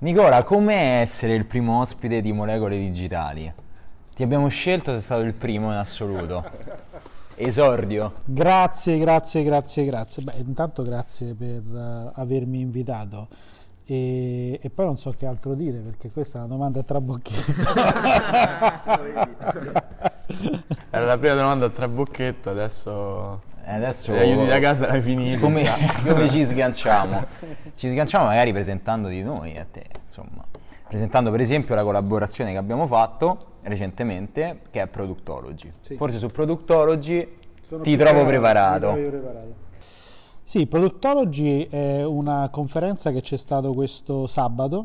Nicola, com'è essere il primo ospite di Molecole Digitali? Ti abbiamo scelto, sei stato il primo in assoluto. Esordio. Grazie. Beh, intanto grazie per avermi invitato. E poi non so che altro dire perché questa è una domanda a trabocchetto. Era la prima domanda a trabocchetto, adesso Adesso gli aiuti da casa l'hai finito. come ci sganciamo? Ci sganciamo magari presentando di noi a te, insomma. Presentando per esempio la collaborazione che abbiamo fatto recentemente, che è Productology. Sì. Forse su Productology Sono ti più trovo preparato. preparato. Sì, Productology è una conferenza che c'è stato questo sabato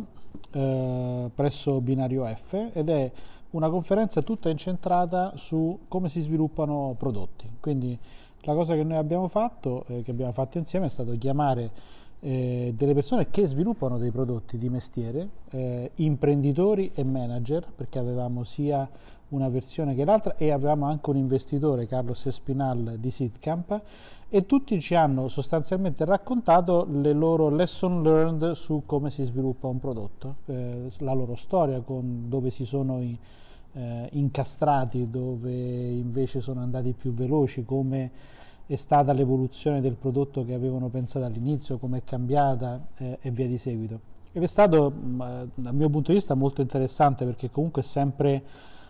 presso Binario F ed è una conferenza tutta incentrata su come si sviluppano prodotti. Quindi la cosa che noi abbiamo fatto, che abbiamo fatto insieme, è stato chiamare delle persone che sviluppano dei prodotti di mestiere, imprenditori e manager, perché avevamo sia una versione che l'altra e avevamo anche un investitore, Carlos Espinal di Seedcamp, e tutti ci hanno sostanzialmente raccontato le loro lesson learned su come si sviluppa un prodotto, la loro storia, con dove si sono incastrati, dove invece sono andati più veloci, come è stata l'evoluzione del prodotto che avevano pensato all'inizio, come è cambiata e via di seguito. Ed è stato, dal mio punto di vista, molto interessante perché comunque è sempre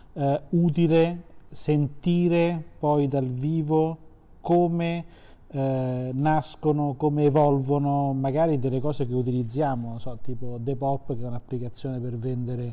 utile sentire poi dal vivo come nascono, come evolvono magari delle cose che utilizziamo, non so, tipo Depop, che è un'applicazione per vendere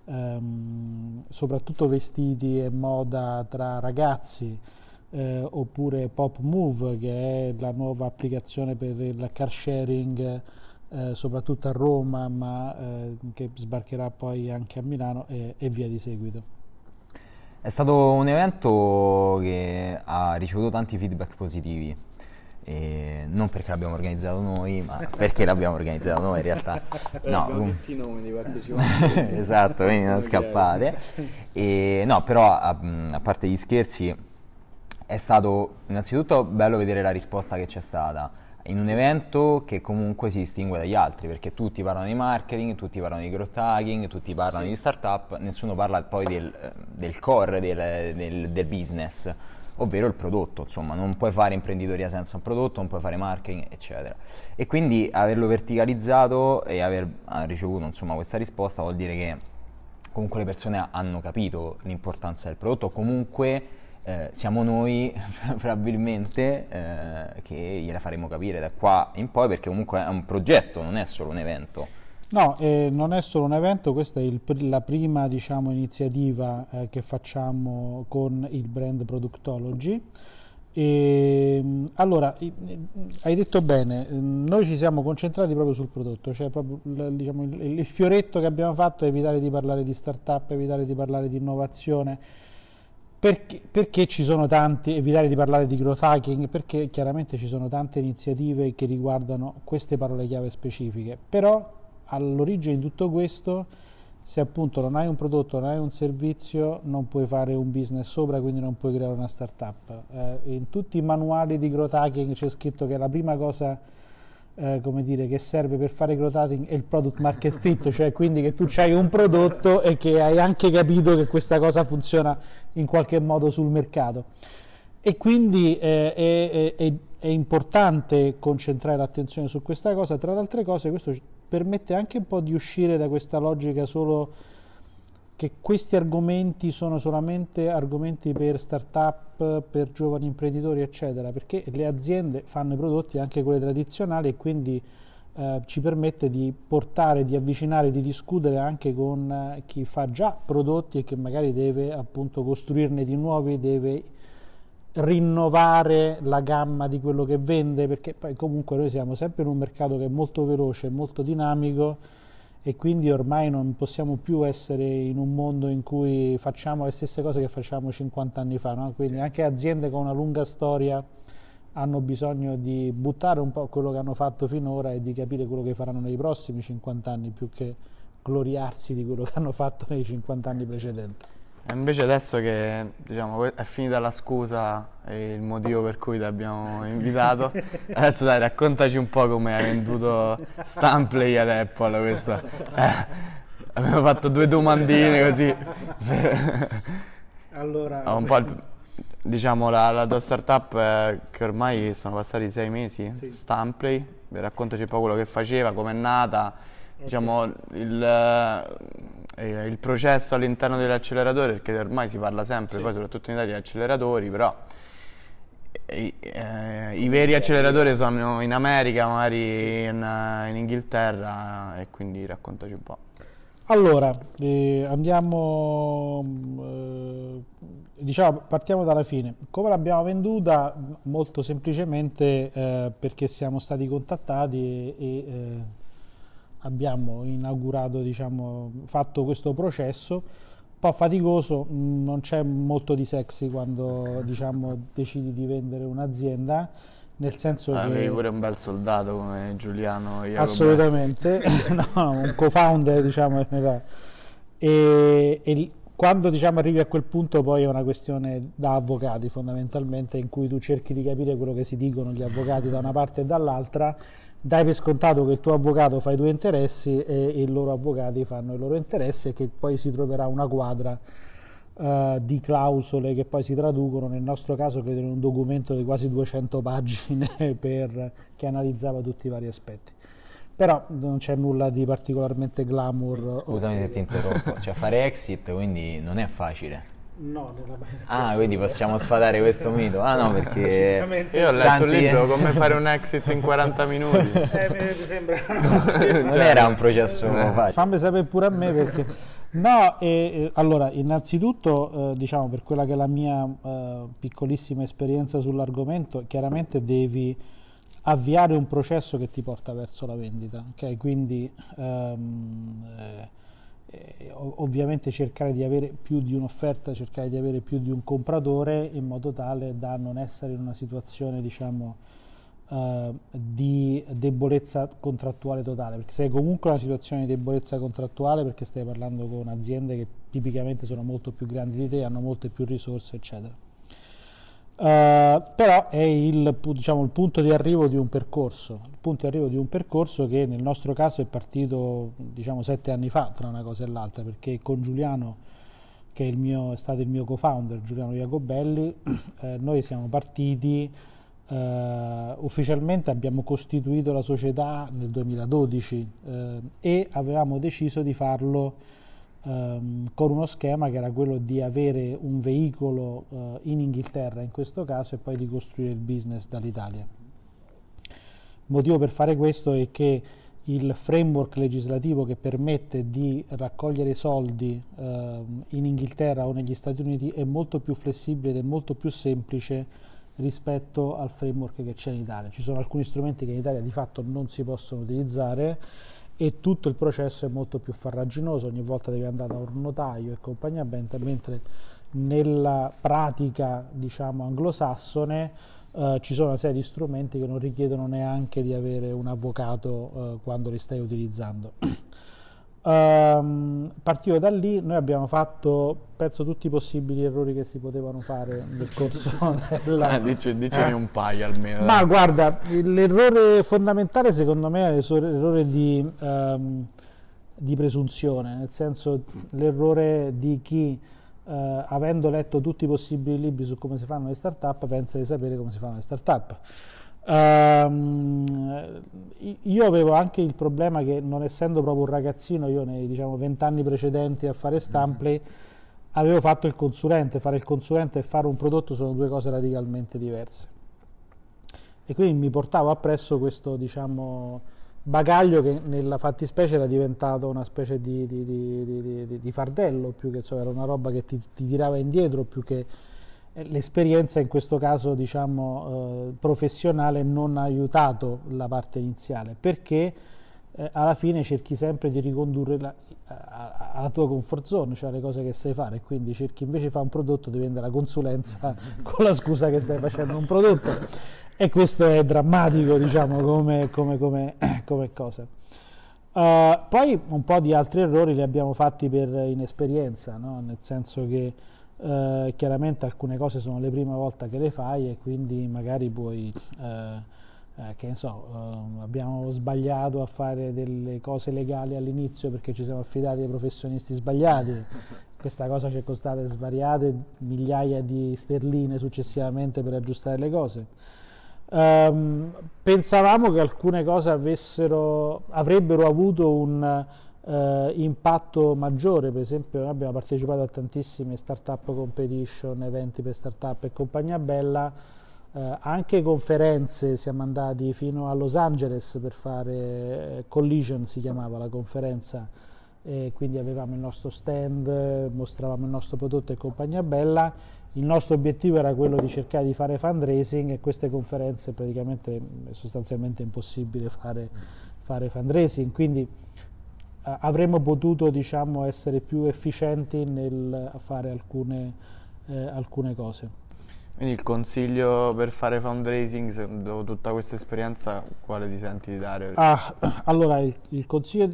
soprattutto vestiti e moda tra ragazzi, oppure Pop Move, che è la nuova applicazione per il car sharing soprattutto a Roma, ma che sbarcherà poi anche a Milano e via di seguito. È stato un evento che ha ricevuto tanti feedback positivi, e non perché l'abbiamo organizzato noi, ma perché l'abbiamo organizzato noi in realtà. No, abbiamo 20 nomi di partecipanti. esatto, quindi non scappate. E, no, però a parte gli scherzi, è stato innanzitutto bello vedere la risposta che c'è stata in un evento che comunque si distingue dagli altri, perché tutti parlano di marketing, tutti parlano di growth hacking, tutti parlano di startup, nessuno parla poi del core del business, ovvero il prodotto. Insomma, non puoi fare imprenditoria senza un prodotto, non puoi fare marketing, eccetera. E quindi averlo verticalizzato e aver ricevuto, insomma, questa risposta vuol dire che comunque le persone hanno capito l'importanza del prodotto. Comunque siamo noi probabilmente che gliela faremo capire da qua in poi, perché comunque è un progetto, non è solo un evento. No, non è solo un evento, questa è la prima, diciamo, iniziativa che facciamo con il brand Productology. Allora, hai detto bene, noi ci siamo concentrati proprio sul prodotto, cioè proprio diciamo, il fioretto che abbiamo fatto è evitare di parlare di startup, evitare di parlare di innovazione. Perché ci sono tanti, evitare di parlare di growth hacking, perché chiaramente ci sono tante iniziative che riguardano queste parole chiave specifiche, però all'origine di tutto questo, se appunto non hai un prodotto, non hai un servizio, non puoi fare un business sopra, quindi non puoi creare una startup. In tutti i manuali di growth hacking c'è scritto che la prima cosa come dire, che serve per fare growth hacking è il product market fit, cioè quindi che tu hai un prodotto e che hai anche capito che questa cosa funziona in qualche modo sul mercato. E quindi è importante concentrare l'attenzione su questa cosa. Tra le altre cose, questo permette anche un po' di uscire da questa logica solo che questi argomenti sono solamente argomenti per start-up, per giovani imprenditori, eccetera, perché le aziende fanno i prodotti, anche quelli tradizionali, e quindi ci permette di portare, di avvicinare, di discutere anche con chi fa già prodotti e che magari deve appunto costruirne di nuovi, deve rinnovare la gamma di quello che vende, perché poi comunque noi siamo sempre in un mercato che è molto veloce, molto dinamico, e quindi ormai non possiamo più essere in un mondo in cui facciamo le stesse cose che facciamo 50 anni fa, no? Quindi anche aziende con una lunga storia hanno bisogno di buttare un po' quello che hanno fatto finora e di capire quello che faranno nei prossimi 50 anni, più che gloriarsi di quello che hanno fatto nei 50 anni precedenti. E invece adesso che diciamo è finita la scusa e il motivo per cui ti abbiamo invitato, adesso dai, raccontaci un po' come hai venduto Stampley ad Apple. Questo. Abbiamo fatto 2 domandine così. Allora, Un po' diciamo la tua startup che ormai sono passati 6 mesi, Sì. Stampley, raccontaci un po' quello che faceva, com'è nata, diciamo il processo all'interno dell'acceleratore, perché ormai si parla sempre, Sì. poi soprattutto in Italia, di acceleratori, però i veri acceleratori sono in America, magari in Inghilterra, e quindi raccontaci un po'. Allora, andiamo, diciamo, partiamo dalla fine. Come l'abbiamo venduta? Molto semplicemente perché siamo stati contattati e abbiamo inaugurato, diciamo, fatto questo processo un po' faticoso. Non c'è molto di sexy quando, diciamo, decidi di vendere un'azienda, nel senso che Avevi pure un bel soldato come Giuliano Jacobelli. assolutamente no, un co-founder, diciamo, e quando, diciamo, arrivi a quel punto poi è una questione da avvocati fondamentalmente, in cui tu cerchi di capire quello che si dicono gli avvocati da una parte e dall'altra, dai per scontato che il tuo avvocato fa i tuoi interessi e i loro avvocati fanno i loro interessi, e che poi si troverà una quadra di clausole che poi si traducono, nel nostro caso credo, in un documento di quasi 200 pagine che analizzava tutti i vari aspetti. Però non c'è nulla di particolarmente glamour. Scusami se ti interrompo, cioè fare exit quindi non è facile. No, nella maniera Ah, quindi possiamo sfatare questo mito? Ah no, perché Decisamente Io ho letto il tanti- libro Come fare un exit in 40 minuti. mi sembra non era un processo facile. fammi sapere pure a me, perché no, allora, innanzitutto, diciamo, per quella che è la mia piccolissima esperienza sull'argomento, chiaramente devi avviare un processo che ti porta verso la vendita, ok? Quindi ovviamente cercare di avere più di un'offerta, cercare di avere più di un compratore, in modo tale da non essere in una situazione, diciamo, di debolezza contrattuale totale, perché sei comunque in una situazione di debolezza contrattuale, perché stai parlando con aziende che tipicamente sono molto più grandi di te, hanno molte più risorse, eccetera. Però è diciamo, il punto di arrivo di un percorso, che nel nostro caso è partito, diciamo, 7 anni fa, tra una cosa e l'altra, perché con Giuliano, che è stato il mio co-founder, Giuliano Jacobelli, noi siamo partiti. Ufficialmente abbiamo costituito la società nel 2012 e avevamo deciso di farlo con uno schema che era quello di avere un veicolo in Inghilterra in questo caso, e poi di costruire il business dall'Italia. Il motivo per fare questo è che il framework legislativo che permette di raccogliere soldi in Inghilterra o negli Stati Uniti è molto più flessibile ed è molto più semplice rispetto al framework che c'è in Italia. Ci sono alcuni strumenti che in Italia di fatto non si possono utilizzare e tutto il processo è molto più farraginoso, ogni volta devi andare da un notaio e compagnia bella, mentre nella pratica, diciamo, anglosassone ci sono una serie di strumenti che non richiedono neanche di avere un avvocato quando li stai utilizzando. Partito da lì, noi abbiamo fatto, penso, tutti i possibili errori che si potevano fare nel corso della... Dicene un paio almeno. Ma guarda, l'errore fondamentale secondo me è l'errore di presunzione, nel senso l'errore di chi, avendo letto tutti i possibili libri su come si fanno le start-up, pensa di sapere come si fanno le start-up. Io avevo anche il problema che, non essendo proprio un ragazzino, io nei, diciamo, 20 anni precedenti a fare Stampley avevo fatto il consulente. Fare il consulente e fare un prodotto sono due cose radicalmente diverse, e quindi mi portavo appresso questo, diciamo, bagaglio che nella fattispecie era diventato una specie di fardello, più che, cioè, era una roba che ti tirava indietro, più che l'esperienza in questo caso, diciamo, professionale non ha aiutato la parte iniziale, perché alla fine cerchi sempre di ricondurre alla tua comfort zone, cioè le cose che sai fare, quindi cerchi, invece di fare un prodotto, di vendere la consulenza con la scusa che stai facendo un prodotto, e questo è drammatico, diciamo, come cosa. Poi un po' di altri errori li abbiamo fatti per inesperienza, no? Nel senso che chiaramente alcune cose sono le prime volte che le fai e quindi magari puoi, che ne so, abbiamo sbagliato a fare delle cose legali all'inizio perché ci siamo affidati ai professionisti sbagliati. Questa cosa ci è costata svariate migliaia di sterline successivamente per aggiustare le cose. Pensavamo che alcune cose avrebbero avuto un impatto maggiore, per esempio noi abbiamo partecipato a tantissime startup competition, eventi per startup e compagnia bella, anche conferenze, siamo andati fino a Los Angeles per fare Collision, si chiamava la conferenza, e quindi avevamo il nostro stand, mostravamo il nostro prodotto e compagnia bella. Il nostro obiettivo era quello di cercare di fare fundraising e queste conferenze praticamente è sostanzialmente impossibile fare fundraising, quindi avremmo potuto, diciamo, essere più efficienti nel fare alcune cose. Quindi il consiglio per fare fundraising, dopo tutta questa esperienza, quale ti senti di dare? Allora, il consiglio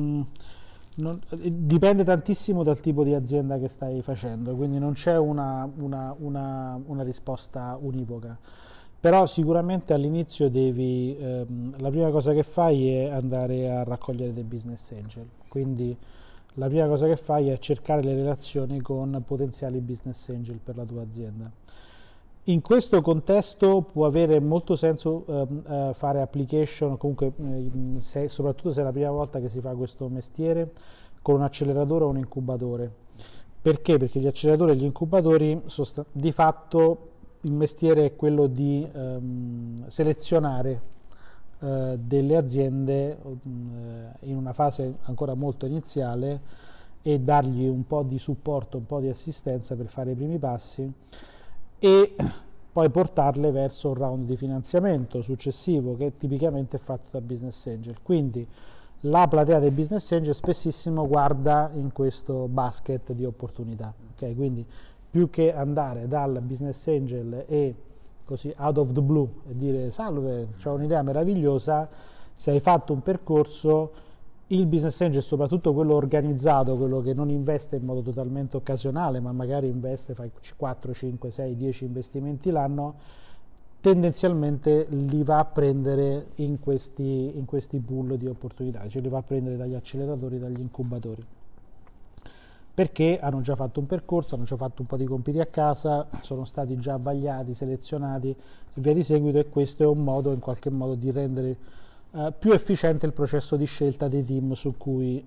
dipende tantissimo dal tipo di azienda che stai facendo, quindi non c'è una risposta univoca, però sicuramente all'inizio la prima cosa che fai è andare a raccogliere dei business angel, quindi la prima cosa che fai è cercare le relazioni con potenziali business angel per la tua azienda. In questo contesto può avere molto senso fare application, comunque soprattutto se è la prima volta che si fa questo mestiere, con un acceleratore o un incubatore. Perché? Perché gli acceleratori e gli incubatori, di fatto il mestiere è quello di selezionare delle aziende in una fase ancora molto iniziale e dargli un po' di supporto, un po' di assistenza per fare i primi passi e poi portarle verso un round di finanziamento successivo che tipicamente è fatto da business angel. Quindi la platea dei business angel spessissimo guarda in questo basket di opportunità, okay? Quindi più che andare dal business angel e così out of the blue e dire salve, ho un'idea meravigliosa, se hai fatto un percorso, il business angel, soprattutto quello organizzato, quello che non investe in modo totalmente occasionale, ma magari investe, fai 4, 5, 6, 10 investimenti l'anno, tendenzialmente li va a prendere in questi pool di opportunità, cioè li va a prendere dagli acceleratori, dagli incubatori, perché hanno già fatto un percorso, hanno già fatto un po' di compiti a casa, sono stati già vagliati, selezionati e via di seguito, e questo è un modo in qualche modo di rendere più efficiente il processo di scelta dei team su cui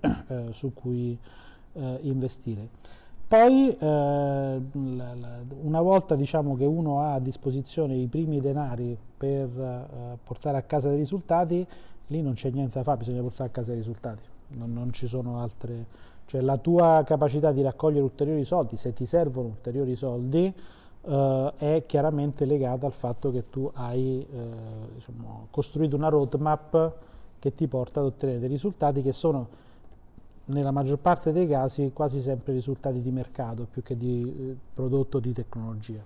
investire. Poi una volta, diciamo, che uno ha a disposizione i primi denari per portare a casa dei risultati, lì non c'è niente da fare, bisogna portare a casa i risultati, non ci sono altre, cioè la tua capacità di raccogliere ulteriori soldi, se ti servono ulteriori soldi, è chiaramente legata al fatto che tu hai diciamo, costruito una roadmap che ti porta ad ottenere dei risultati che sono nella maggior parte dei casi quasi sempre risultati di mercato più che di prodotto di tecnologia.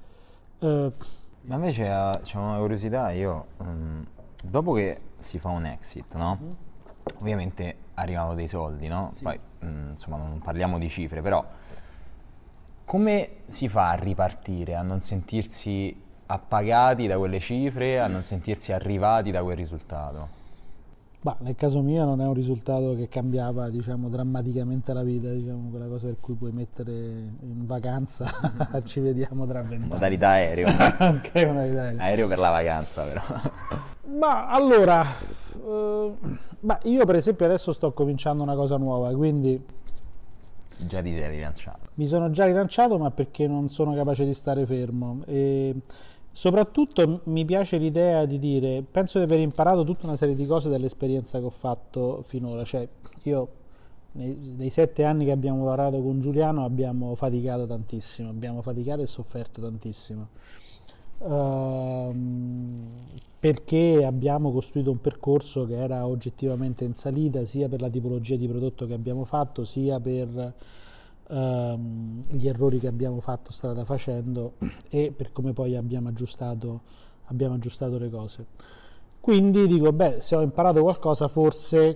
Ma invece c'è una curiosità, io dopo che si fa un exit, no? Ovviamente arrivano dei soldi, no? Sì. Poi insomma non parliamo di cifre, però come si fa a ripartire, a non sentirsi appagati da quelle cifre, a non sentirsi arrivati da quel risultato? Bah, nel caso mio non è un risultato che cambiava, diciamo, drammaticamente la vita, diciamo, quella cosa per cui puoi mettere in vacanza, ci vediamo tra 20 anni. Modalità aereo. Ok, modalità aereo. Aereo per la vacanza, però. Ma allora, io per esempio adesso sto cominciando una cosa nuova, quindi già ti sei rilanciato. Mi sono già rilanciato, ma perché non sono capace di stare fermo. E soprattutto mi piace l'idea di dire, penso di aver imparato tutta una serie di cose dall'esperienza che ho fatto finora. Cioè, io nei 7 anni che abbiamo lavorato con Giuliano abbiamo faticato tantissimo, abbiamo faticato e sofferto tantissimo. Perché abbiamo costruito un percorso che era oggettivamente in salita, sia per la tipologia di prodotto che abbiamo fatto, sia per gli errori che abbiamo fatto strada facendo e per come poi abbiamo aggiustato le cose. Quindi dico, beh, se ho imparato qualcosa forse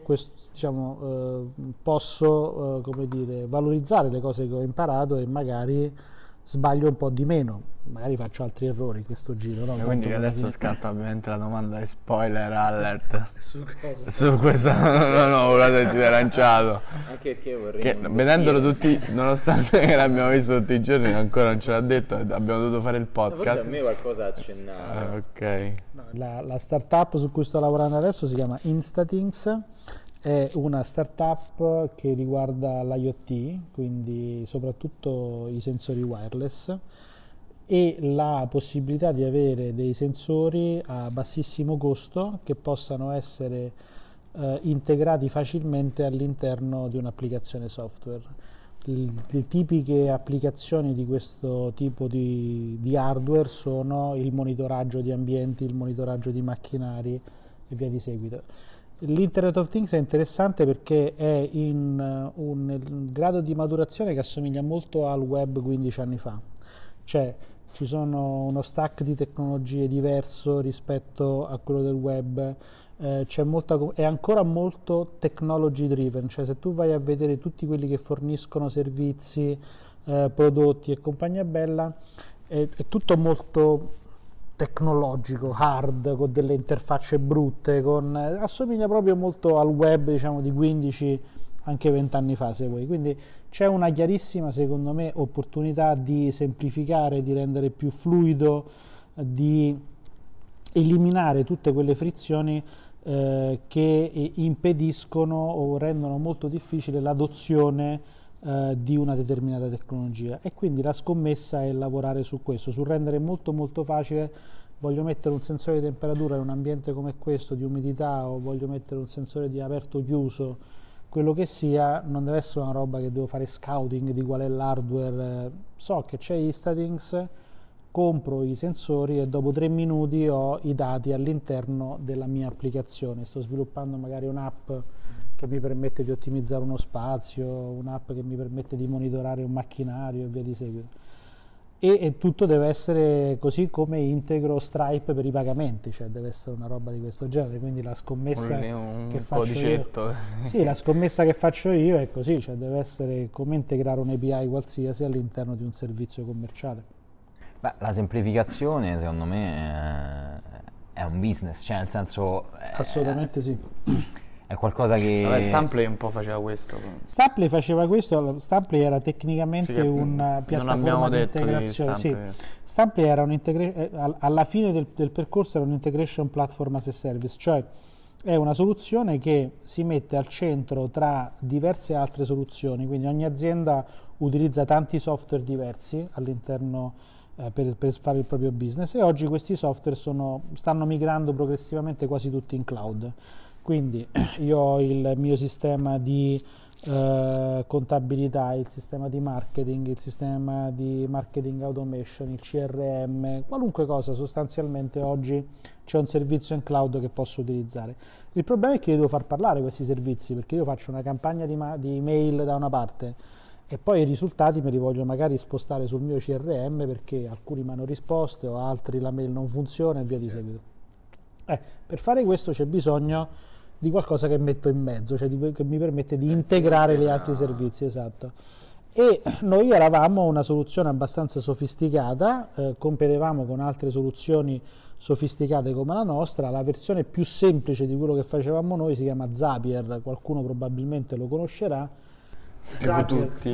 posso come dire, valorizzare le cose che ho imparato e magari sbaglio un po' di meno, magari faccio altri errori in questo giro. No? Quindi adesso scatta ovviamente la domanda di spoiler alert Su cosa? su questo nuovo cosa che ti sei lanciato. Anche perché vorrei Che vedendolo tutti, nonostante che l'abbiamo visto tutti i giorni, ancora non ce l'ha detto, abbiamo dovuto fare il forse a podcast. me qualcosa accennava. Ok. No, la startup su cui sto lavorando adesso si chiama Instathings, è una startup che riguarda l'IoT, quindi soprattutto i sensori wireless e la possibilità di avere dei sensori a bassissimo costo che possano essere integrati facilmente all'interno di un'applicazione software. Le tipiche applicazioni di questo tipo di hardware sono il monitoraggio di ambienti, il monitoraggio di macchinari e via di seguito. L'Internet of Things è interessante perché è in un grado di maturazione che assomiglia molto al web 15 anni fa, cioè ci sono uno stack di tecnologie diverso rispetto a quello del web, è ancora molto technology driven, cioè se tu vai a vedere tutti quelli che forniscono servizi, prodotti e compagnia bella, è tutto molto tecnologico, hard, con delle interfacce brutte, assomiglia proprio molto al web, diciamo, di 15, anche 20 anni fa, se vuoi. Quindi c'è una chiarissima, secondo me, opportunità di semplificare, di rendere più fluido, di eliminare tutte quelle frizioni che impediscono o rendono molto difficile l'adozione di una determinata tecnologia, e quindi la scommessa è lavorare su questo, su rendere molto molto facile. Voglio mettere un sensore di temperatura in un ambiente come questo, di umidità, o voglio mettere un sensore di aperto chiuso, quello che sia, non deve essere una roba che devo fare scouting di qual è l'hardware. So che c'è Instathings, compro i sensori e dopo 3 minuti ho i dati all'interno della mia applicazione. Sto sviluppando magari un'app che mi permette di ottimizzare uno spazio, un'app che mi permette di monitorare un macchinario e via di seguito. E tutto deve essere così, come integro Stripe per i pagamenti, cioè deve essere una roba di questo genere. Quindi la scommessa che faccio codicetto. sì, la scommessa che faccio io è così, cioè deve essere come integrare un API qualsiasi all'interno di un servizio commerciale. Beh, la semplificazione secondo me è un business, cioè nel senso Assolutamente sì. è qualcosa che Vabbè, Stampley un po' faceva questo. Stampley faceva questo. Stampley era tecnicamente Sì, una non abbiamo piattaforma di detto di integrazione. Sì. Stampley. Stampley era alla fine del percorso era un integration platform as a service, cioè è una soluzione che si mette al centro tra diverse altre soluzioni, quindi ogni azienda utilizza tanti software diversi all'interno per fare il proprio business, e oggi questi software stanno migrando progressivamente quasi tutti in cloud. Quindi io ho il mio sistema di contabilità, il sistema di marketing automation, il CRM, qualunque cosa sostanzialmente oggi c'è un servizio in cloud che posso utilizzare. Il problema è che li devo far parlare questi servizi, perché io faccio una campagna di email da una parte e poi i risultati me li voglio magari spostare sul mio CRM perché alcuni mi hanno risposto o altri la mail non funziona e via di seguito. Per fare questo c'è bisogno di qualcosa che metto in mezzo, cioè che mi permette di integrare gli altri servizi, esatto. E noi eravamo una soluzione abbastanza sofisticata, competevamo con altre soluzioni sofisticate come la nostra. La versione più semplice di quello che facevamo noi si chiama Zapier, qualcuno probabilmente lo conoscerà. Tipo tutti.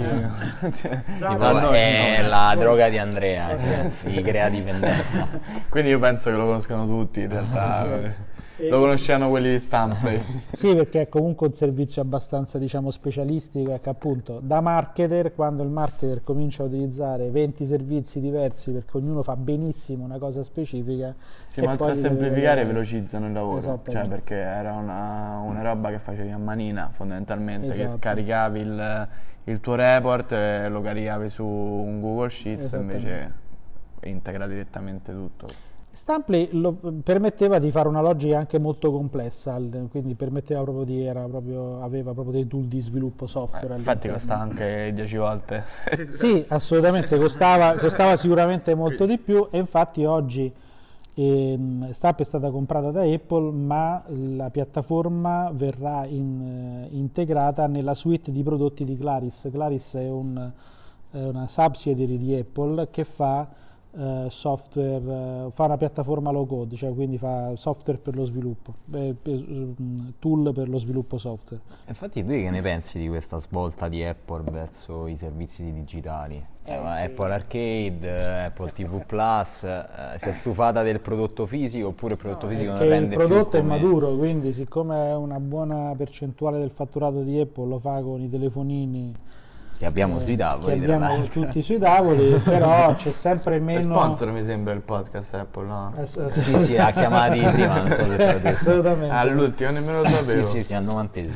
è la droga di Andrea, cioè, si crea dipendenza. Quindi io penso che lo conoscano tutti in realtà. Lo conoscevano quelli di Stampley. Sì, perché è comunque un servizio abbastanza, diciamo, specialistico, che appunto da marketer, quando il marketer comincia a utilizzare 20 servizi diversi perché ognuno fa benissimo una cosa specifica, Sì, ma oltre a semplificare velocizzano il lavoro, cioè perché era una roba che facevi a manina fondamentalmente, che scaricavi il tuo report e lo caricavi su un Google Sheets, invece integra direttamente tutto. Stampley permetteva di fare una logica anche molto complessa, quindi permetteva aveva proprio dei tool di sviluppo software. Infatti costa anche 10 volte. Sì, assolutamente, costava sicuramente molto di più, e infatti oggi Startup è stata comprata da Apple, ma la piattaforma verrà integrata nella suite di prodotti di Claris. Claris è una subsidiary di Apple che fa software, fa una piattaforma low code, cioè quindi fa software per lo sviluppo, tool per lo sviluppo software. Infatti tu che ne pensi di questa svolta di Apple verso i servizi digitali? Apple Arcade, Apple TV Plus, si è stufata del prodotto fisico oppure il prodotto fisico non rende più il prodotto è come... maturo, quindi siccome una buona percentuale del fatturato di Apple lo fa con i telefonini che abbiamo sui tavoli, che abbiamo tutti sui tavoli, però c'è sempre meno sponsor, mi sembra, il podcast Apple, no? Sì, ha chiamati prima, non so se te l'ho detto. Assolutamente. All'ultimo nemmeno lo sapevo. Sì, al 90esimo.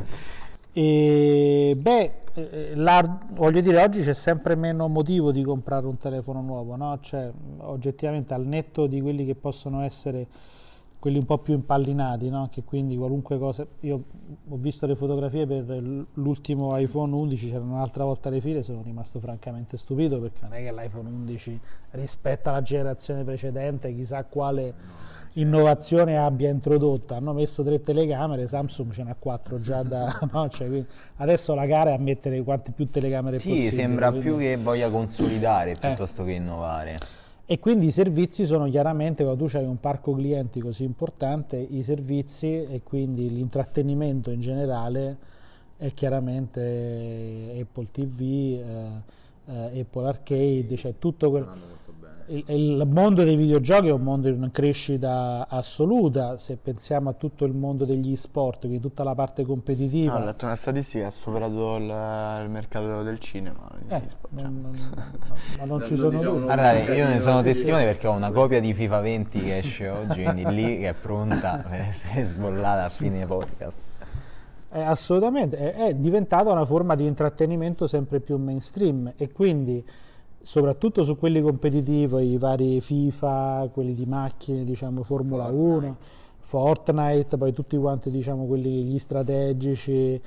Voglio dire, oggi c'è sempre meno motivo di comprare un telefono nuovo, no? Cioè, oggettivamente, al netto di quelli che possono essere quelli un po' più impallinati, no? Che quindi qualunque cosa, io ho visto le fotografie per l'ultimo iPhone 11, c'era un'altra volta le file, sono rimasto francamente stupito, perché non è che l'iPhone 11 rispetto alla generazione precedente chissà quale innovazione abbia introdotta. Hanno messo 3 telecamere, Samsung ce n'ha 4 già da no? Cioè, adesso la gara è a mettere quante più telecamere possibili. Sì, sembra più che voglia consolidare piuttosto che innovare. E quindi i servizi sono chiaramente, quando tu hai un parco clienti così importante, i servizi e quindi l'intrattenimento in generale è chiaramente Apple TV, Apple Arcade, cioè tutto il mondo dei videogiochi è un mondo in crescita assoluta. Se pensiamo a tutto il mondo degli sport, quindi tutta la parte competitiva, ho letto una statistica, ha superato il mercato del cinema. ma non ci sono dubbi. Guardate, io ne sono testimone perché ho una copia di FIFA 20 che esce oggi, quindi lì che è pronta per essere sbollata a fine podcast. Assolutamente, è diventata una forma di intrattenimento sempre più mainstream, e quindi soprattutto su quelli competitivi, i vari FIFA, quelli di macchine, diciamo Formula 1, Fortnite, poi tutti quanti, diciamo, quelli gli strategici,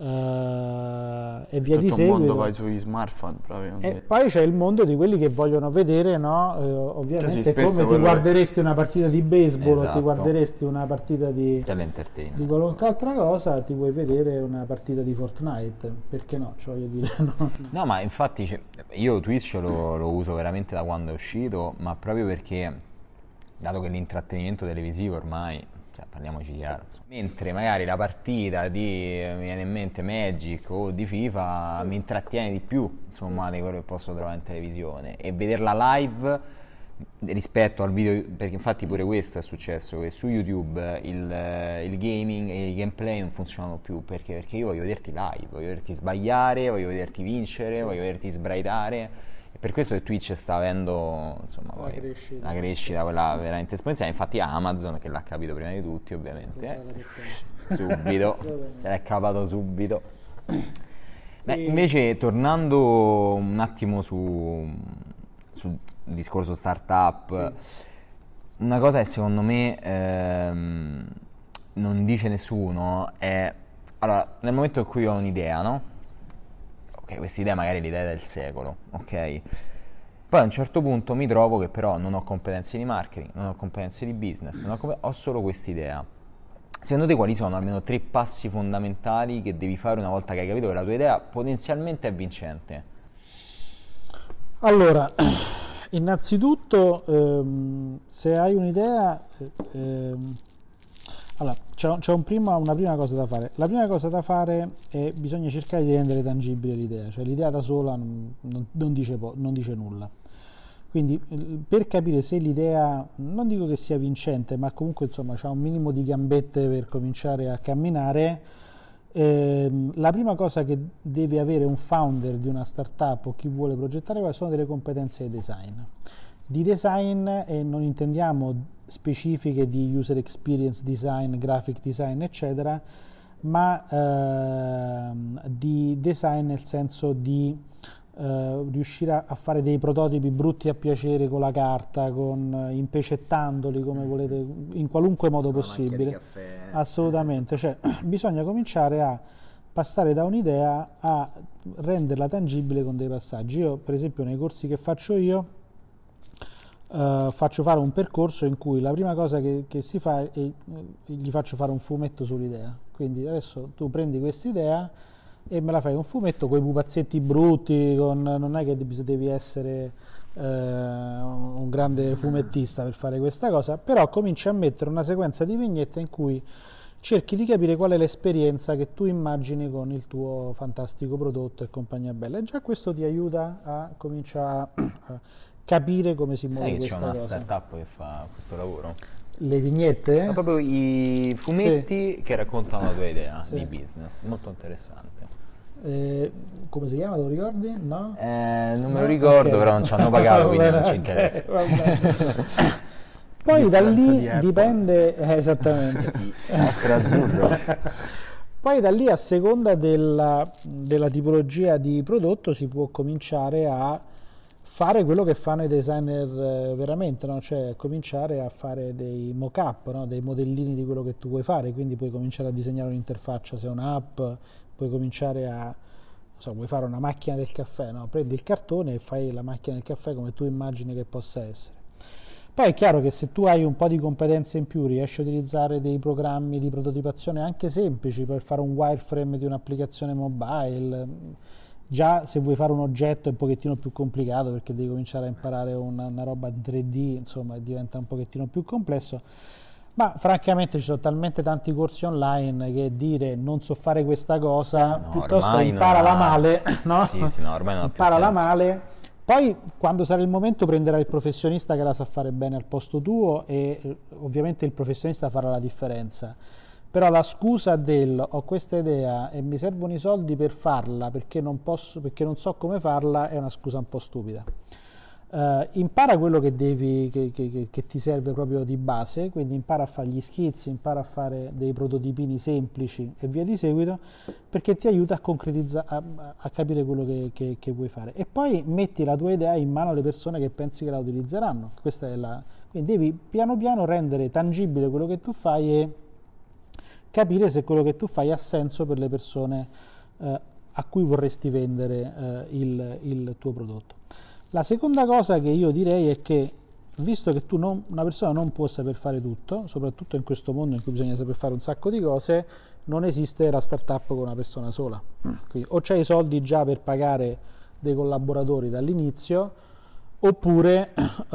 e via di seguito. Il mondo poi sugli smartphone proprio. E poi c'è il mondo di quelli che vogliono vedere, no? Ovviamente, sì, come ti guarderesti una partita di baseball, esatto, ti guarderesti una partita di qualunque altra cosa, ti vuoi vedere una partita di Fortnite, perché no? Cioè, voglio dire, no? No, ma infatti io Twitch lo uso veramente da quando è uscito, ma proprio perché, dato che l'intrattenimento televisivo ormai, cioè, parliamoci chiaro, mentre magari la partita mi viene in mente Magic o di FIFA mi intrattiene di più, insomma, di quello che posso trovare in televisione, e vederla live rispetto al video, perché infatti pure questo è successo, che su YouTube il gaming e i gameplay non funzionano più, perché io voglio vederti live, voglio vederti sbagliare, voglio vederti vincere, voglio vederti sbraitare. E per questo che Twitch sta avendo, insomma, la crescita quella veramente esponenziale. Infatti Amazon, che l'ha capito prima di tutti, ovviamente, subito, se l'è cavato subito. Beh, invece, tornando un attimo sul discorso startup, una cosa che secondo me non dice nessuno è, allora, nel momento in cui ho un'idea, no? Ok, questa idea magari è l'idea del secolo, ok? Poi a un certo punto mi trovo che però non ho competenze di marketing, non ho competenze di business, ho solo quest'idea. Secondo te quali sono almeno 3 passi fondamentali che devi fare una volta che hai capito che la tua idea potenzialmente è vincente? Allora, innanzitutto, se hai un'idea, allora, c'è una prima cosa da fare. La prima cosa da fare è bisogna cercare di rendere tangibile l'idea, cioè l'idea da sola non dice nulla. Quindi per capire se l'idea, non dico che sia vincente, ma comunque insomma c'ha un minimo di gambette per cominciare a camminare, la prima cosa che deve avere un founder di una startup o chi vuole progettare sono delle competenze di design. Di design, e non intendiamo specifiche di user experience design, graphic design, eccetera, ma di design nel senso di riuscire a fare dei prototipi brutti a piacere con la carta, impecettandoli come volete, in qualunque modo possibile. Assolutamente, cioè bisogna cominciare a passare da un'idea a renderla tangibile con dei passaggi. Io, per esempio, nei corsi che faccio io, faccio fare un percorso in cui la prima cosa che si fa è gli faccio fare un fumetto sull'idea. Quindi adesso tu prendi quest'idea e me la fai un fumetto con i pupazzetti brutti, non è che devi essere un grande fumettista per fare questa cosa, però cominci a mettere una sequenza di vignette in cui cerchi di capire qual è l'esperienza che tu immagini con il tuo fantastico prodotto e compagnia bella, e già questo ti aiuta a cominciare a capire come si muove questa cosa. Sai che c'è una startup che fa questo lavoro? Le vignette? Ma proprio i fumetti che raccontano la tua idea di business, molto interessante. Come si chiama, te lo ricordi? No? Non me lo ricordo, okay. Però non ci hanno pagato, quindi non ci interessa. Poi da lì dipende, esattamente. Azzurro. Poi da lì, a seconda della tipologia di prodotto, si può cominciare a fare quello che fanno i designer veramente, no? Cioè cominciare a fare dei mock-up, no? Dei modellini di quello che tu vuoi fare, quindi puoi cominciare a disegnare un'interfaccia, se è un'app, puoi cominciare a, vuoi fare una macchina del caffè, no? Prendi il cartone e fai la macchina del caffè come tu immagini che possa essere. Poi è chiaro che se tu hai un po' di competenze in più, riesci a utilizzare dei programmi di prototipazione anche semplici per fare un wireframe di un'applicazione mobile. Già se vuoi fare un oggetto è un pochettino più complicato, perché devi cominciare a imparare una roba in 3D, insomma, diventa un pochettino più complesso. Ma francamente ci sono talmente tanti corsi online che dire non so fare questa cosa, piuttosto imparala male, no? Sì, no, ormai non ha più imparala senso. male. Poi quando sarà il momento prenderai il professionista che la sa fare bene al posto tuo, e ovviamente il professionista farà la differenza. Però la scusa del ho questa idea e mi servono i soldi per farla perché non non so come farla è una scusa un po' stupida. Impara quello che ti serve proprio di base, quindi impara a fare gli schizzi, impara a fare dei prototipini semplici e via di seguito, perché ti aiuta a concretizzare, a capire quello che vuoi fare, e poi metti la tua idea in mano alle persone che pensi che la utilizzeranno. Quindi devi piano piano rendere tangibile quello che tu fai e capire se quello che tu fai ha senso per le persone a cui vorresti vendere il tuo prodotto. La seconda cosa che io direi è che, visto che una persona non può saper fare tutto, soprattutto in questo mondo in cui bisogna saper fare un sacco di cose, non esiste la startup con una persona sola. Quindi o c'hai i soldi già per pagare dei collaboratori dall'inizio, oppure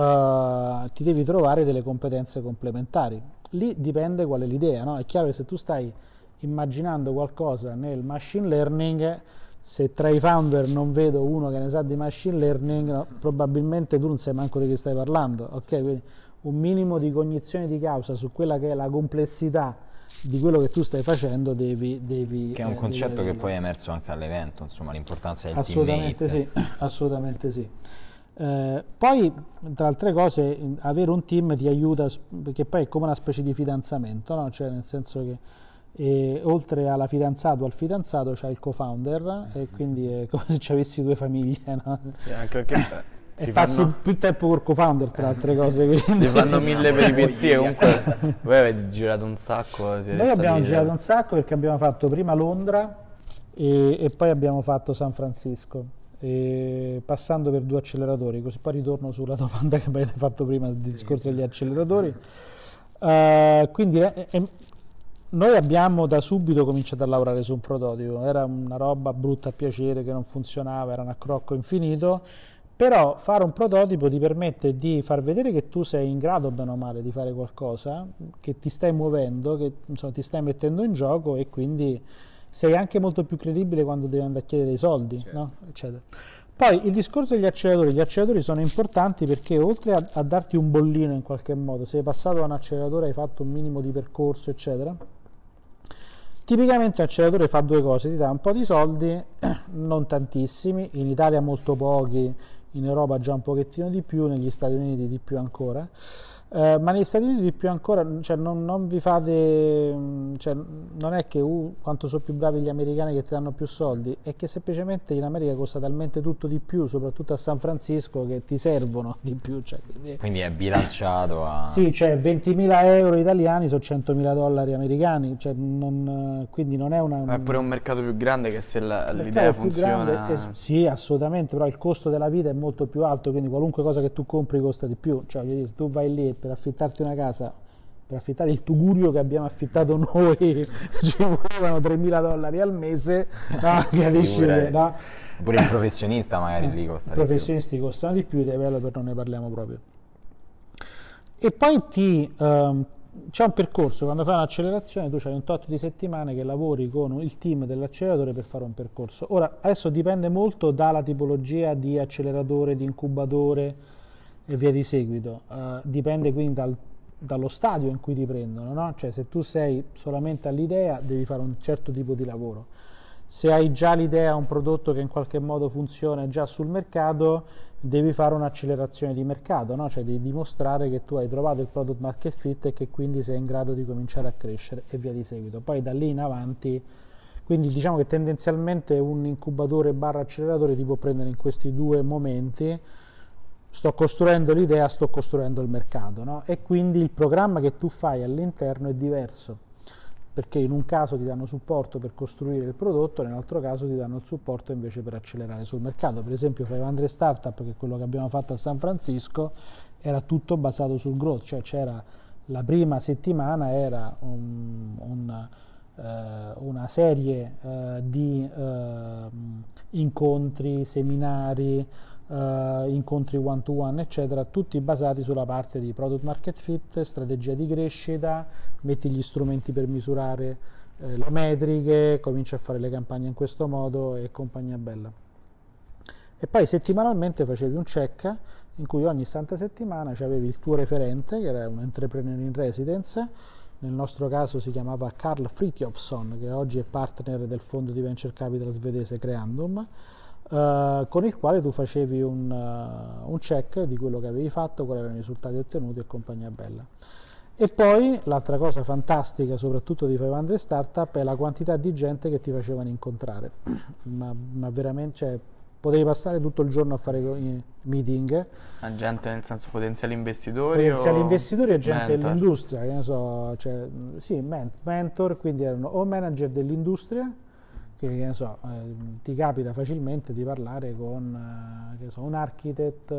ti devi trovare delle competenze complementari. Lì dipende qual è l'idea, no? È chiaro che se tu stai immaginando qualcosa nel machine learning, se tra i founder non vedo uno che ne sa di machine learning, no, probabilmente tu non sai manco di che stai parlando, ok? Quindi un minimo di cognizione di causa su quella che è la complessità di quello che tu stai facendo devi che è un concetto che poi è emerso anche all'evento, insomma, l'importanza del assolutamente teammate. Sì, assolutamente sì. Poi, tra altre cose, avere un team ti aiuta, perché poi è come una specie di fidanzamento, no? Cioè, nel senso che oltre alla fidanzato o al fidanzato c'è il co-founder, e quindi è come se ci avessi due famiglie, no? Sì, anche perché e passi più tempo col co-founder, tra altre cose. Quindi. Si fanno 1000 peripezie. Comunque voi avete girato un sacco. Noi abbiamo girato un sacco, perché abbiamo fatto prima Londra e poi abbiamo fatto San Francisco, passando per 2 acceleratori, così poi ritorno sulla domanda che avete fatto prima del discorso degli acceleratori. Quindi noi abbiamo da subito cominciato a lavorare su un prototipo. Era una roba brutta a piacere, che non funzionava, era un accrocco infinito, però fare un prototipo ti permette di far vedere che tu sei in grado, bene o male, di fare qualcosa, che ti stai muovendo, che insomma, ti stai mettendo in gioco, e quindi sei anche molto più credibile quando devi andare a chiedere dei soldi, certo. No? Eccetera. Poi il discorso degli acceleratori sono importanti, perché oltre a darti un bollino in qualche modo, se hai passato da un acceleratore, hai fatto un minimo di percorso, eccetera, tipicamente l'acceleratore fa 2 cose: ti dà un po' di soldi, non tantissimi, in Italia molto pochi, in Europa già un pochettino di più, negli Stati Uniti di più ancora, Ma negli Stati Uniti di più ancora, cioè non vi fate, cioè non è che quanto sono più bravi gli americani che ti danno più soldi, è che semplicemente in America costa talmente tutto di più, soprattutto a San Francisco, che ti servono di più. Cioè, Quindi è bilanciato a... sì, cioè 20.000 euro italiani sono 100.000 dollari americani, cioè quindi non è una... È pure un mercato più grande che se l'idea mercato più funziona... grande, sì, assolutamente, però il costo della vita è molto più alto, quindi qualunque cosa che tu compri costa di più. Cioè, voglio dire, se tu vai lì per affittarti una casa, per affittare il tugurio che abbiamo affittato noi, ci volevano 3.000 dollari al mese, no, capisci? No? Pure il professionista magari lì costa I professionisti costano di più, i developer non ne parliamo proprio. E poi c'è un percorso, quando fai un'accelerazione tu hai un tot di settimane che lavori con il team dell'acceleratore per fare un percorso. Ora, adesso dipende molto dalla tipologia di acceleratore, di incubatore e via di seguito, dipende quindi dallo stadio in cui ti prendono, no? Cioè se tu sei solamente all'idea devi fare un certo tipo di lavoro. Se hai già l'idea, un prodotto che in qualche modo funziona già sul mercato, devi fare un'accelerazione di mercato, no? Cioè devi dimostrare che tu hai trovato il product market fit e che quindi sei in grado di cominciare a crescere e via di seguito. Poi da lì in avanti, quindi diciamo che tendenzialmente un incubatore / acceleratore ti può prendere in questi due momenti: sto costruendo l'idea, sto costruendo il mercato, no? E quindi il programma che tu fai all'interno è diverso, perché in un caso ti danno supporto per costruire il prodotto, nell'altro caso ti danno il supporto invece per accelerare sul mercato. Per esempio 500 Startup, che è quello che abbiamo fatto a San Francisco, era tutto basato sul growth, cioè c'era la prima settimana era una serie di incontri, seminari, incontri one to one eccetera, tutti basati sulla parte di product market fit, strategia di crescita, metti gli strumenti per misurare le metriche, cominci a fare le campagne in questo modo e compagnia bella. E poi settimanalmente facevi un check in cui ogni santa settimana avevi il tuo referente, che era un entrepreneur in residence. Nel nostro caso si chiamava Carl Frithiofsson, che oggi è partner del fondo di venture capital svedese Creandum, con il quale tu facevi un check di quello che avevi fatto, quali erano i risultati ottenuti e compagnia bella. E poi l'altra cosa fantastica, soprattutto di 500 Startup, è la quantità di gente che ti facevano incontrare, ma veramente, cioè, potevi passare tutto il giorno a fare meeting. La gente nel senso potenziali investitori? Potenziali investitori e gente mentor? dell'industria, che ne so, cioè, sì, mentor, quindi erano o manager dell'industria, che ne so, ti capita facilmente di parlare con che so, un architect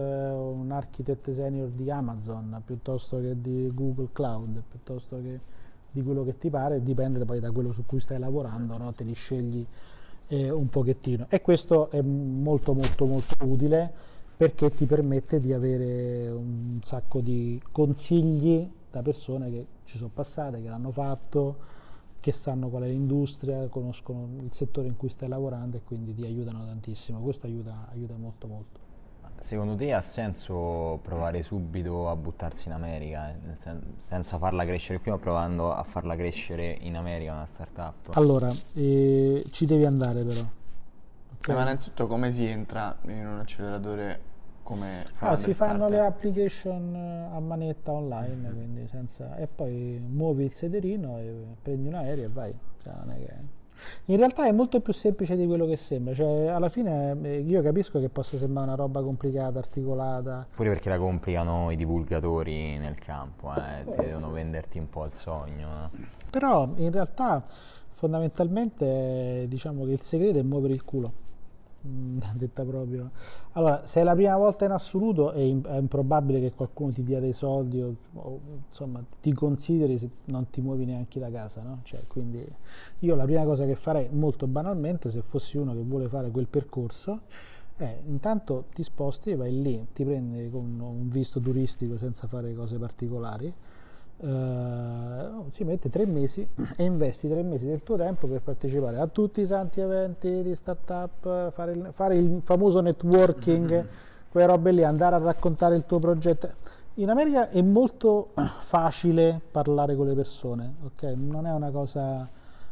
senior di Amazon, piuttosto che di Google Cloud, piuttosto che di quello che ti pare, dipende poi da quello su cui stai lavorando, no? Te li scegli un pochettino, e questo è molto molto molto utile, perché ti permette di avere un sacco di consigli da persone che ci sono passate, che l'hanno fatto, che sanno qual è l'industria, conoscono il settore in cui stai lavorando e quindi ti aiutano tantissimo. Questo aiuta molto molto. Secondo te ha senso provare subito a buttarsi in America, senza farla crescere prima, provando a farla crescere in America una startup? Allora, ci devi andare però. Okay? Ma innanzitutto come si entra in un acceleratore come si fanno le application a manetta online, quindi e poi muovi il sederino e prendi un aereo e vai. Cioè, non è che... In realtà è molto più semplice di quello che sembra, cioè alla fine io capisco che possa sembrare una roba complicata, articolata. Pure perché la complicano i divulgatori nel campo, devono venderti un po' il sogno. No? Però in realtà fondamentalmente diciamo che il segreto è muovere il culo. Detta proprio. Allora, se è la prima volta in assoluto è improbabile che qualcuno ti dia dei soldi o insomma ti consideri se non ti muovi neanche da casa, no? Cioè, quindi io la prima cosa che farei, molto banalmente, se fossi uno che vuole fare quel percorso, è intanto ti sposti, vai lì, ti prendi con un visto turistico senza fare cose particolari, si mette 3 mesi e investi 3 mesi del tuo tempo per partecipare a tutti i santi eventi di startup, fare il famoso networking, quelle robe lì, andare a raccontare il tuo progetto. In America è molto facile parlare con le persone, ok? Non è una cosa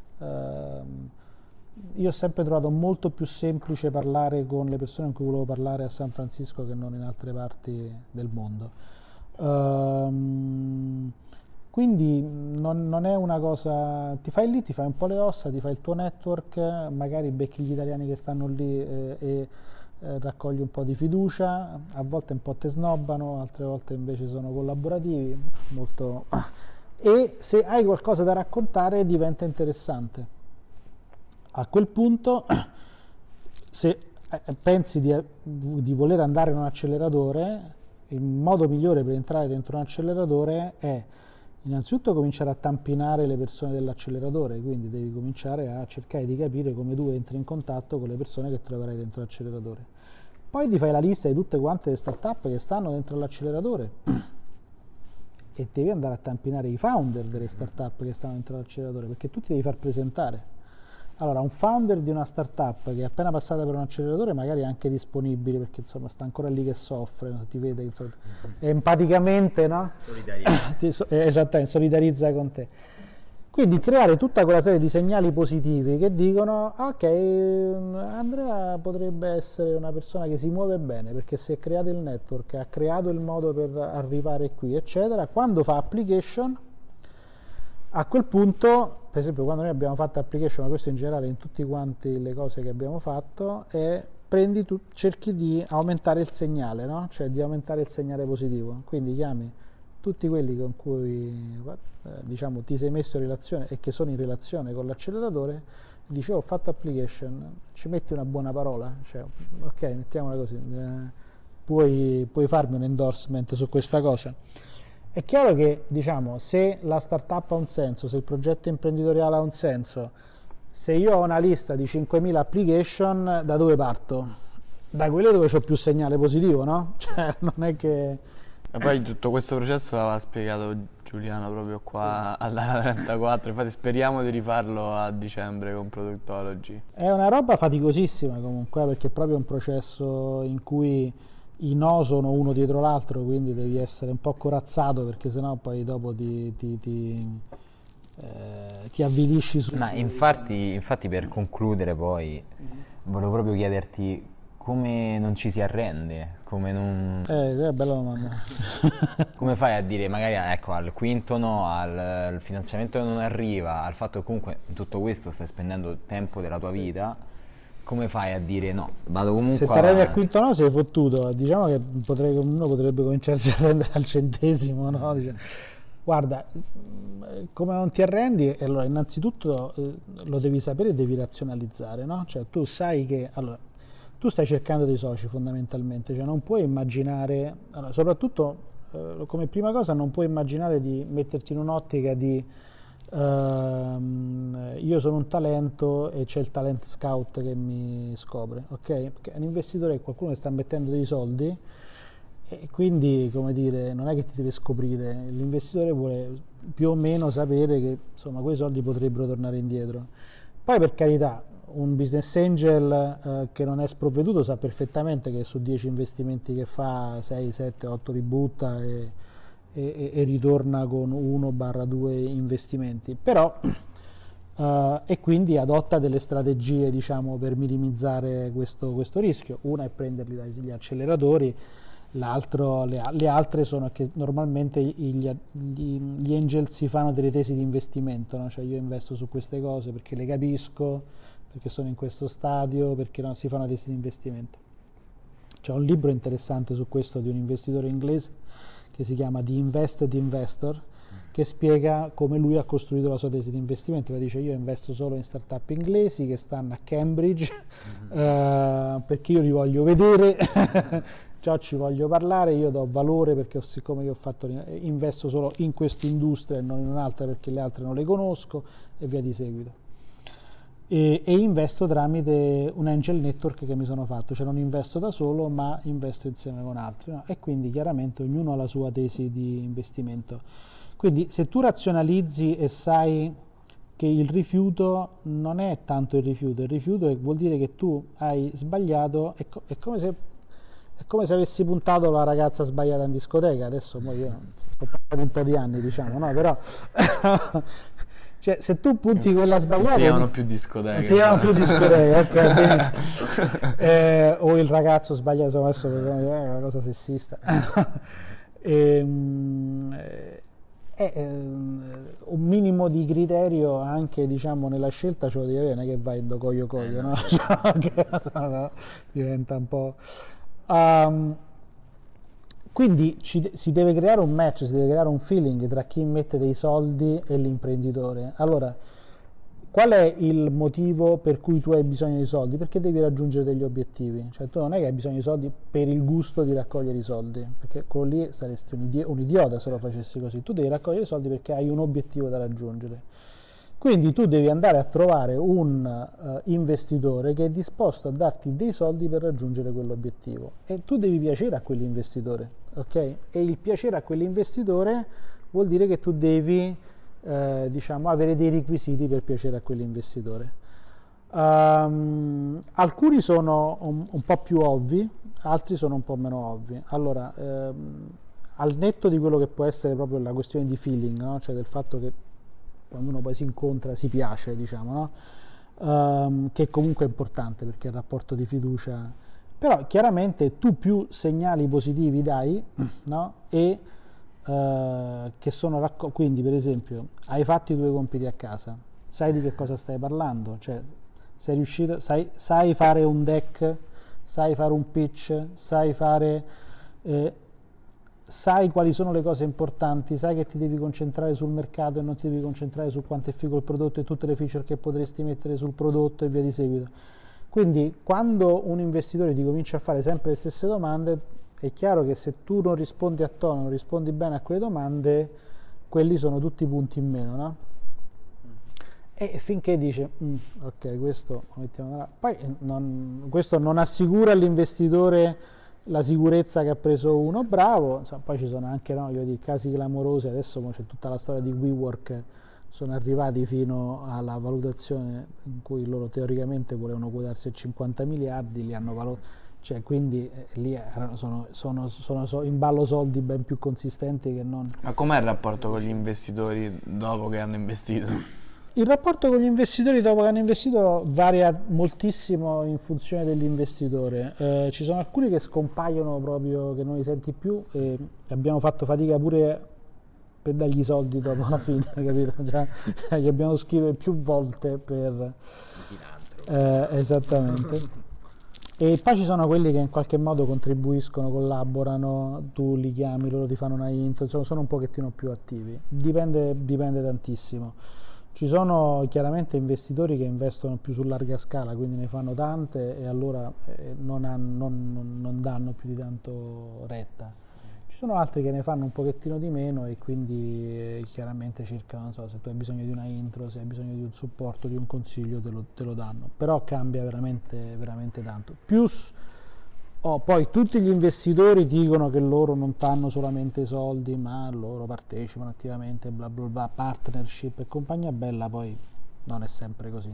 io ho sempre trovato molto più semplice parlare con le persone con cui volevo parlare a San Francisco che non in altre parti del mondo. Quindi non è una cosa, ti fai lì, ti fai un po' le ossa, ti fai il tuo network, magari becchi gli italiani che stanno lì e raccogli un po' di fiducia, a volte un po' te snobbano, altre volte invece sono collaborativi, molto... e se hai qualcosa da raccontare diventa interessante. A quel punto, se pensi di voler andare in un acceleratore, il modo migliore per entrare dentro un acceleratore è innanzitutto cominciare a tampinare le persone dell'acceleratore, quindi devi cominciare a cercare di capire come tu entri in contatto con le persone che troverai dentro l'acceleratore. Poi ti fai la lista di tutte quante le start-up che stanno dentro l'acceleratore e devi andare a tampinare i founder delle start-up che stanno dentro l'acceleratore, perché tu ti devi far presentare. Allora, un founder di una startup che è appena passata per un acceleratore magari è anche disponibile, perché insomma sta ancora lì che soffre, no? Ti vede insomma, empaticamente, no? Esattamente, solidarizza con te. Quindi creare tutta quella serie di segnali positivi che dicono ok, Andrea potrebbe essere una persona che si muove bene perché si è creato il network, ha creato il modo per arrivare qui, eccetera. Quando fa application, a quel punto, per esempio quando noi abbiamo fatto application, ma questo in generale in tutte quante le cose che abbiamo fatto, è cerchi di aumentare il segnale, no? Cioè di aumentare il segnale positivo, quindi chiami tutti quelli con cui diciamo ti sei messo in relazione e che sono in relazione con l'acceleratore, dici ho fatto application, ci metti una buona parola, cioè, ok, mettiamola così, puoi farmi un endorsement su questa cosa. È chiaro che, diciamo, se la startup ha un senso, se il progetto imprenditoriale ha un senso, se io ho una lista di 5.000 application, da dove parto? Da quelle dove c'ho più segnale positivo, no? Cioè, non è che... E poi tutto questo processo l'aveva spiegato Giuliano proprio qua alla 34, infatti speriamo di rifarlo a dicembre con Productology. È una roba faticosissima comunque, perché è proprio un processo in cui i no sono uno dietro l'altro, quindi devi essere un po' corazzato, perché sennò poi dopo ti avvilisci su... Ma infatti per concludere poi volevo proprio chiederti come non ci si arrende, come non... bella domanda. Come fai a dire magari ecco al quinto no, al finanziamento non arriva, al fatto che comunque in tutto questo stai spendendo tempo della tua vita, come fai a dire no, vado comunque se ti arrivi al quinto no sei fottuto, diciamo che uno potrebbe cominciarsi a prendere al centesimo, no? Dice, guarda, come non ti arrendi, allora innanzitutto lo devi sapere e devi razionalizzare, no? Cioè tu sai che, allora, tu stai cercando dei soci fondamentalmente, cioè non puoi immaginare, allora, soprattutto come prima cosa non puoi immaginare di metterti in un'ottica di io sono un talento e c'è il talent scout che mi scopre, ok? Perché un investitore è qualcuno che sta mettendo dei soldi e quindi, come dire, non è che ti deve scoprire, l'investitore vuole più o meno sapere che insomma quei soldi potrebbero tornare indietro. Poi, per carità, un business angel che non è sprovveduto sa perfettamente che su 10 investimenti che fa 6, 7, 8 li butta e ritorna con 1/2 investimenti, però e quindi adotta delle strategie, diciamo, per minimizzare questo rischio. Una è prenderli dagli acceleratori, le altre sono che normalmente gli angel si fanno delle tesi di investimento, no? Cioè io investo su queste cose perché le capisco, perché sono in questo stadio, perché no, si fa una tesi di investimento. C'è un libro interessante su questo di un investitore inglese che si chiama The Invested Investor, che spiega come lui ha costruito la sua tesi di investimento. Dice io investo solo in startup inglesi che stanno a Cambridge perché io li voglio vedere, già ci voglio parlare, io do valore perché siccome io investo solo in questa industria e non in un'altra perché le altre non le conosco e via di seguito. E investo tramite un angel network che mi sono fatto, cioè non investo da solo ma investo insieme con altri, no? E quindi chiaramente ognuno ha la sua tesi di investimento. Quindi se tu razionalizzi e sai che il rifiuto non è tanto il rifiuto vuol dire che tu hai sbagliato, è come se avessi puntato la ragazza sbagliata in discoteca. Adesso io ho parlato un po' di anni, diciamo, no? Però cioè, se tu punti quella sbagliata... Non si chiamano più discoteche. Non si chiamano più discoteche, ok, benissimo. O il ragazzo sbagliato, adesso è una cosa sessista. Un minimo di criterio anche, diciamo, nella scelta ce lo devi avere, non è che vai do coglio, no? Cioè, diventa un po'... quindi si deve creare un match, si deve creare un feeling tra chi mette dei soldi e l'imprenditore. Allora, qual è il motivo per cui tu hai bisogno di soldi? Perché devi raggiungere degli obiettivi. Cioè, tu non è che hai bisogno di soldi per il gusto di raccogliere i soldi, perché quello lì saresti un idiota se lo facessi così. Tu devi raccogliere i soldi perché hai un obiettivo da raggiungere. Quindi tu devi andare a trovare un investitore che è disposto a darti dei soldi per raggiungere quell'obiettivo, e tu devi piacere a quell'investitore, ok? E il piacere a quell'investitore vuol dire che tu devi diciamo avere dei requisiti per piacere a quell'investitore. Alcuni sono un po' più ovvi, altri sono un po' meno ovvi. Allora, al netto di quello che può essere proprio la questione di feeling, no? Cioè del fatto che quando uno poi si incontra si piace, diciamo, no? Che comunque è importante perché è il rapporto di fiducia, però chiaramente tu più segnali positivi dai, no? E che sono quindi, per esempio, hai fatto i tuoi compiti a casa, sai di che cosa stai parlando, cioè sei riuscito, sai fare un deck, sai fare un pitch, sai quali sono le cose importanti, sai che ti devi concentrare sul mercato e non ti devi concentrare su quanto è figo il prodotto e tutte le feature che potresti mettere sul prodotto e via di seguito. Quindi quando un investitore ti comincia a fare sempre le stesse domande, è chiaro che se tu non rispondi a tono, non rispondi bene a quelle domande, quelli sono tutti punti in meno, no? E finché dice ok, questo lo mettiamo là. Poi questo non assicura all'investitore la sicurezza che ha preso uno bravo, insomma, poi ci sono anche, no, io dico, casi clamorosi. Adesso c'è tutta la storia di WeWork, sono arrivati fino alla valutazione in cui loro teoricamente volevano quotarsi a 50 miliardi, li hanno valutato, cioè, quindi lì sono in ballo soldi ben più consistenti che non. Ma com'è il rapporto con gli investitori dopo che hanno investito? Il rapporto con gli investitori dopo che hanno investito varia moltissimo in funzione dell'investitore. Ci sono alcuni che scompaiono proprio, che non li senti più, e abbiamo fatto fatica pure per dargli i soldi dopo la fine, capito? Gli abbiamo scritto più volte per... esattamente. E poi ci sono quelli che in qualche modo contribuiscono, collaborano, tu li chiami, loro ti fanno una intro, insomma, sono un pochettino più attivi. Dipende tantissimo. Ci sono chiaramente investitori che investono più su larga scala, quindi ne fanno tante e allora non danno più di tanto retta. Ci sono altri che ne fanno un pochettino di meno e quindi chiaramente cercano, non so, se tu hai bisogno di una intro, se hai bisogno di un supporto, di un consiglio, te lo danno. Però cambia veramente tanto. Poi tutti gli investitori dicono che loro non danno solamente soldi, ma loro partecipano attivamente, bla bla bla, partnership e compagnia bella, poi non è sempre così.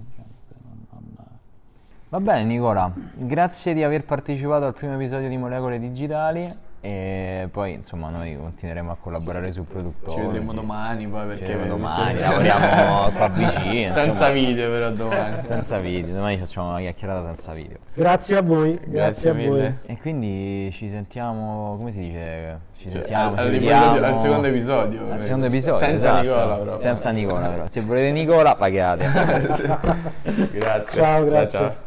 Va bene Nicola, grazie di aver partecipato al primo episodio di Molecole Digitali, e poi insomma noi continueremo a collaborare sul prodotto. Ci vedremo domani poi, perché domani lavoriamo qua vicino. Senza video però domani. Senza video, domani facciamo una chiacchierata senza video. Grazie a voi, grazie a voi. E quindi ci sentiamo, come si dice? Ci vediamo al secondo episodio. Al secondo episodio, senza esatto. Nicola però. Senza Nicola però. Se volete Nicola pagate. Grazie. Ciao, grazie. Ciao.